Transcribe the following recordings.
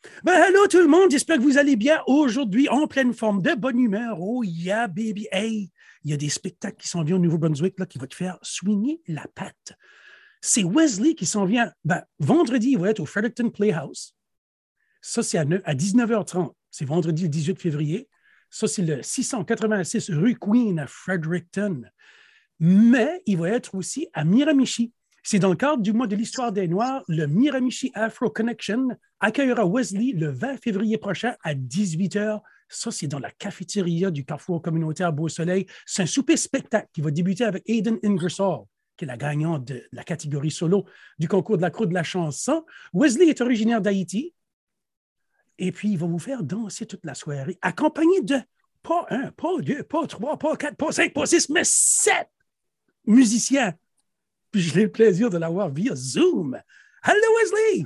Ben, hello tout le monde, j'espère que vous allez bien aujourd'hui, en pleine forme, de bonne humeur. Oh yeah, baby. Hey, il y a des spectacles qui s'en viennent au Nouveau-Brunswick là, qui vont te faire swinger la patte. C'est Wesley qui s'en vient. Ben, vendredi, il va être au Fredericton Playhouse. Ça, c'est à 19h30. C'est vendredi le 18 février. Ça, c'est le 686 rue Queen à Fredericton. Mais il va être aussi à Miramichi. C'est dans le cadre du mois de l'histoire des Noirs, le Miramichi Afro Connection accueillera Wesley le 20 février prochain à 18h. Ça, c'est dans la cafétéria du Carrefour communautaire Beau-Soleil. C'est un souper spectacle qui va débuter avec Aiden Ingersoll, qui est la gagnante de la catégorie solo du concours de la Croix de la chanson. Wesley est originaire d'Haïti. Et puis, il va vous faire danser toute la soirée, accompagné de pas un, pas deux, pas trois, pas quatre, pas cinq, pas six, mais 7 musiciens. Puis j'ai le plaisir de l'avoir via Zoom. Hello, Wesley!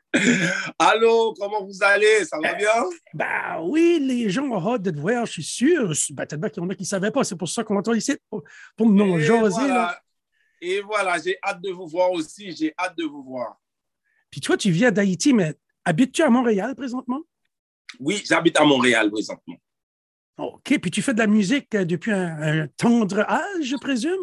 Allô, comment vous allez? Ça va bien? Ben oui, les gens ont hâte de te voir, je suis sûr. Ben, peut-être qu'il y en a qui ne savaient pas. C'est pour ça qu'on est ici, pour nous jaser. Voilà. Là. Et voilà, j'ai hâte de vous voir aussi. J'ai hâte de vous voir. Puis toi, tu viens d'Haïti, mais habites-tu à Montréal présentement? Oui, j'habite à Montréal présentement. OK. Puis tu fais de la musique depuis un tendre âge, je présume?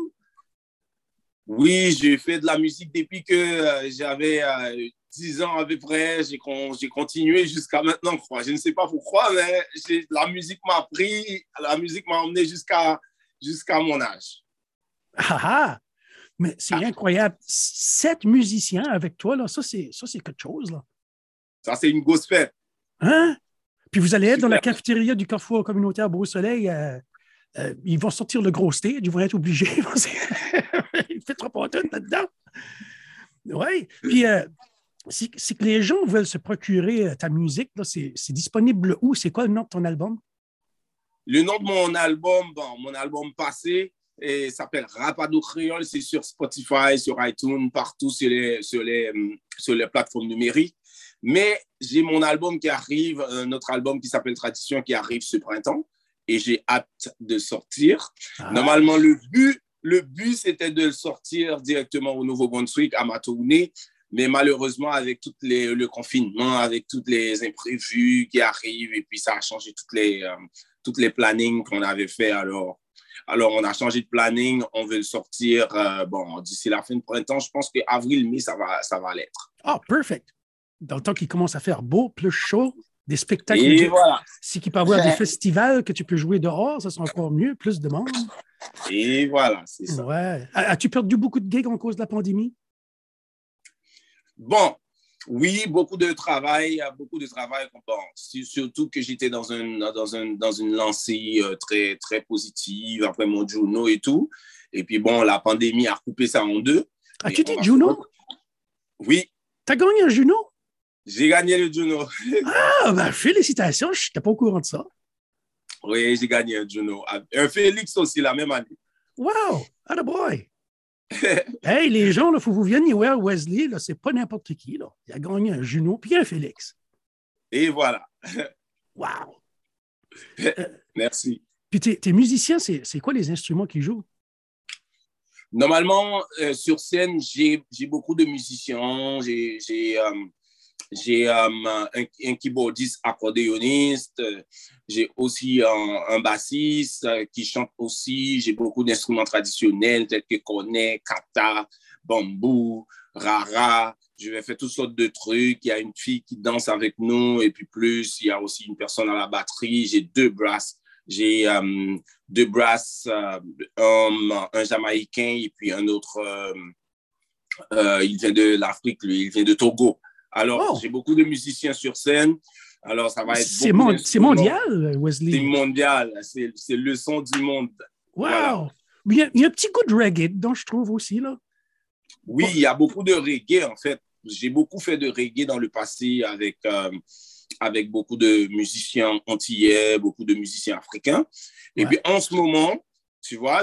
Oui, j'ai fait de la musique depuis que j'avais 10 ans à peu près. J'ai continué jusqu'à maintenant, je crois. Je ne sais pas pourquoi, mais la musique m'a pris, la musique m'a emmené jusqu'à mon âge. Ah ah! Mais c'est incroyable. 7 musiciens avec toi, là, ça, c'est quelque chose. Là. Ça, c'est une grosse fête. Hein? Puis vous allez être dans la Super. cafétéria du Carrefour communautaire Beau-Soleil. Ils vont sortir le gros stage, ils vont être obligés. Il ne fait trop pas tout là-dedans. Oui. Puis, c'est que les gens veulent se procurer ta musique. Là, c'est disponible où? C'est quoi le nom de ton album? Le nom de mon album passé, s'appelle Rapado Créole. C'est sur Spotify, sur iTunes, partout sur les plateformes numériques. Mais j'ai mon album qui arrive, notre album qui s'appelle Tradition, qui arrive ce printemps. Et j'ai hâte de sortir. Ah. Normalement, le but, c'était de le sortir directement au Nouveau-Brunswick, à ma tournée. Mais malheureusement, avec le confinement, avec tous les imprévus qui arrivent, et puis ça a changé toutes les plannings qu'on avait fait. Alors, on a changé de planning. On veut le sortir d'ici la fin de printemps. Je pense qu'avril-mai, ça va l'être. Ah, perfect. Dans le temps qu'il commence à faire beau, plus chaud, des spectacles. Et voilà. Si il peut y avoir des festivals que tu peux jouer dehors, ça sera encore mieux, plus de monde. Et voilà, c'est ça. Ouais. As-tu perdu beaucoup de gigs en cause de la pandémie? Bon, oui, beaucoup de travail. Bon, surtout que j'étais dans une lancée très, très positive après mon Juno et tout. Et puis bon, la pandémie a coupé ça en deux. As-tu dit Juno? Oui. T'as gagné un Juno? J'ai gagné le Juno. Ah, ben félicitations, je n'étais pas au courant de ça. Oui, j'ai gagné un Juno. Un Félix aussi, la même année. Wow, attaboy. Hey, les gens, il faut que vous veniez voir Wesley, là, c'est pas n'importe qui. Là. Il a gagné un Juno puis un Félix. Et voilà. Wow. Merci. Puis tes musiciens, c'est quoi les instruments qu'ils jouent? Normalement, sur scène, j'ai beaucoup de musiciens. J'ai un keyboardiste accordéoniste, j'ai aussi un bassiste qui chante aussi, j'ai beaucoup d'instruments traditionnels tels que cornet, kata, bambou, rara, je vais faire toutes sortes de trucs, il y a une fille qui danse avec nous et puis plus, il y a aussi une personne à la batterie, j'ai deux brasses, un Jamaïcain et puis un autre, il vient de l'Afrique, lui, il vient de Togo. Alors, J'ai beaucoup de musiciens sur scène. Alors, ça va être c'est mondial, Wesley. C'est mondial. C'est le son du monde. Wow! Voilà. Il y a un petit goût de reggae dedans, je trouve aussi, là. Oui, il y a beaucoup de reggae, en fait. J'ai beaucoup fait de reggae dans le passé avec beaucoup de musiciens antillais, beaucoup de musiciens africains. Et puis, en ce moment, tu vois,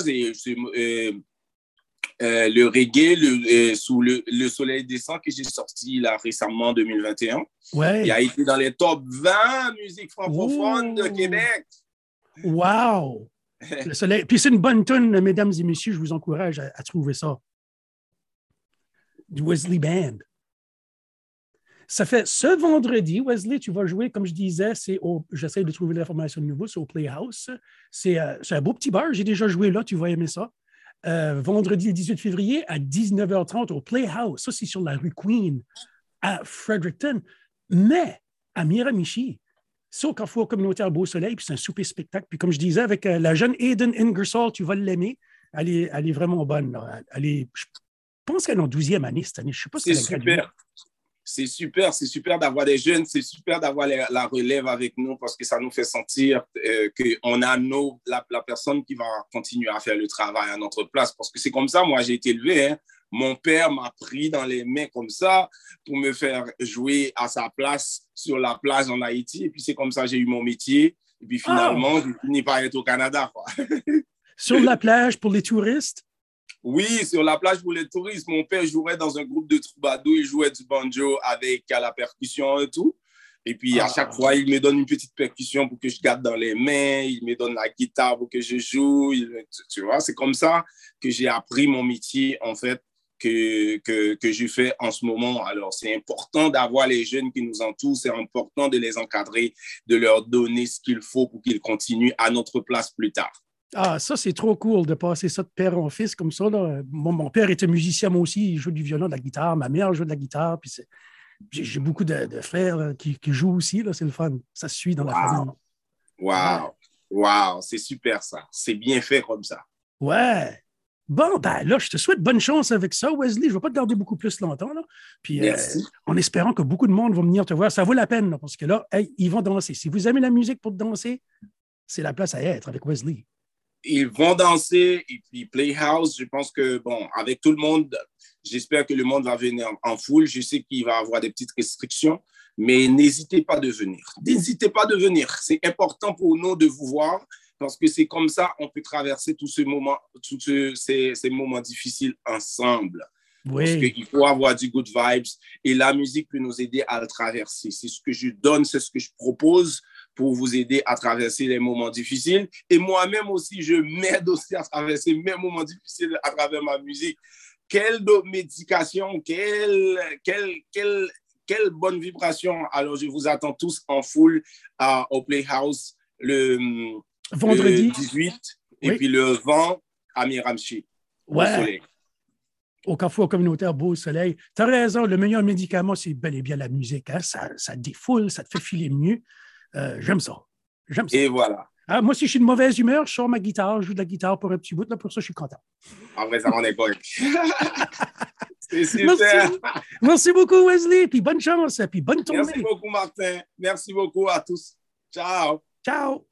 le reggae sous le soleil descend que j'ai sorti là récemment en 2021. Ouais. Il a été dans les top 20 musiques francophones de Québec. Wow! Le soleil. Puis c'est une bonne tune, mesdames et messieurs, je vous encourage à trouver ça. Du Wesley Band. Ça fait ce vendredi, Wesley, tu vas jouer, comme je disais, j'essaie de trouver l'information de nouveau, c'est au Playhouse. C'est un beau petit bar, j'ai déjà joué là, tu vas aimer ça. Vendredi le 18 février à 19h30 au Playhouse. Ça, c'est sur la rue Queen à Fredericton. Mais à Miramichi, c'est au Carrefour communautaire Beau Soleil, puis c'est un souper spectacle. Puis comme je disais, avec la jeune Aiden Ingersoll, tu vas l'aimer. Elle est vraiment bonne. Là. Je pense qu'elle est en 12e année cette année. Je ne sais pas si elle a gradué. C'est super d'avoir des jeunes, c'est super d'avoir la relève avec nous parce que ça nous fait sentir qu'on a la personne qui va continuer à faire le travail à notre place. Parce que c'est comme ça, moi, j'ai été élevé. Hein. Mon père m'a pris dans les mains comme ça pour me faire jouer à sa place sur la plage en Haïti. Et puis, c'est comme ça que j'ai eu mon métier. Et puis, finalement, je finis par être au Canada. Quoi. Sur la plage pour les touristes? Oui, sur la plage pour les touristes. Mon père jouait dans un groupe de troubadours. Il jouait du banjo avec à la percussion et tout. Et puis, à chaque fois, il me donne une petite percussion pour que je garde dans les mains. Il me donne la guitare pour que je joue. Tu vois, c'est comme ça que j'ai appris mon métier, en fait, que je fais en ce moment. Alors, c'est important d'avoir les jeunes qui nous entourent. C'est important de les encadrer, de leur donner ce qu'il faut pour qu'ils continuent à notre place plus tard. Ah, ça, c'est trop cool de passer ça de père en fils comme ça. Là. Mon père était musicien, moi aussi. Il joue du violon, de la guitare. Ma mère joue de la guitare. Puis j'ai beaucoup de frères là, qui jouent aussi. Là. C'est le fun. Ça se suit dans la famille. Wow, c'est super ça. C'est bien fait comme ça. Ouais. Bon, ben là, je te souhaite bonne chance avec ça, Wesley. Je ne vais pas te garder beaucoup plus longtemps. Là. Puis, en espérant que beaucoup de monde va venir te voir. Ça vaut la peine, là, parce que là, hey, ils vont danser. Si vous aimez la musique pour danser, c'est la place à être avec Wesley. Ils vont danser et puis Playhouse, je pense que, bon, avec tout le monde, j'espère que le monde va venir en foule. Je sais qu'il va y avoir des petites restrictions, mais n'hésitez pas de venir. N'hésitez pas de venir. C'est important pour nous de vous voir parce que c'est comme ça qu'on peut traverser tous ces moments difficiles ensemble. Oui. Parce qu'il faut avoir du good vibes et la musique peut nous aider à le traverser. C'est ce que je donne, c'est ce que je propose pour vous aider à traverser les moments difficiles. Et moi-même aussi, je m'aide aussi à traverser mes moments difficiles à travers ma musique. Quelle médication, quelle bonne vibration. Alors, je vous attends tous en foule au Playhouse le vendredi 18 et puis le 20 à Miramichi. Ouais. Au soleil. Au Carrefour communautaire Beau Soleil. Tu as raison, le meilleur médicament, c'est bel et bien la musique. Hein? Ça défoule, ça te fait filer mieux. J'aime ça. Et voilà. Ah, moi, si je suis de mauvaise humeur, je sors ma guitare, je joue de la guitare pour un petit bout. Là, pour ça, je suis content. En vrai, ça m'en est correct. C'est super. Merci beaucoup, Wesley. Puis bonne chance. Puis bonne tournée. Merci beaucoup, Martin. Merci beaucoup à tous. Ciao. Ciao.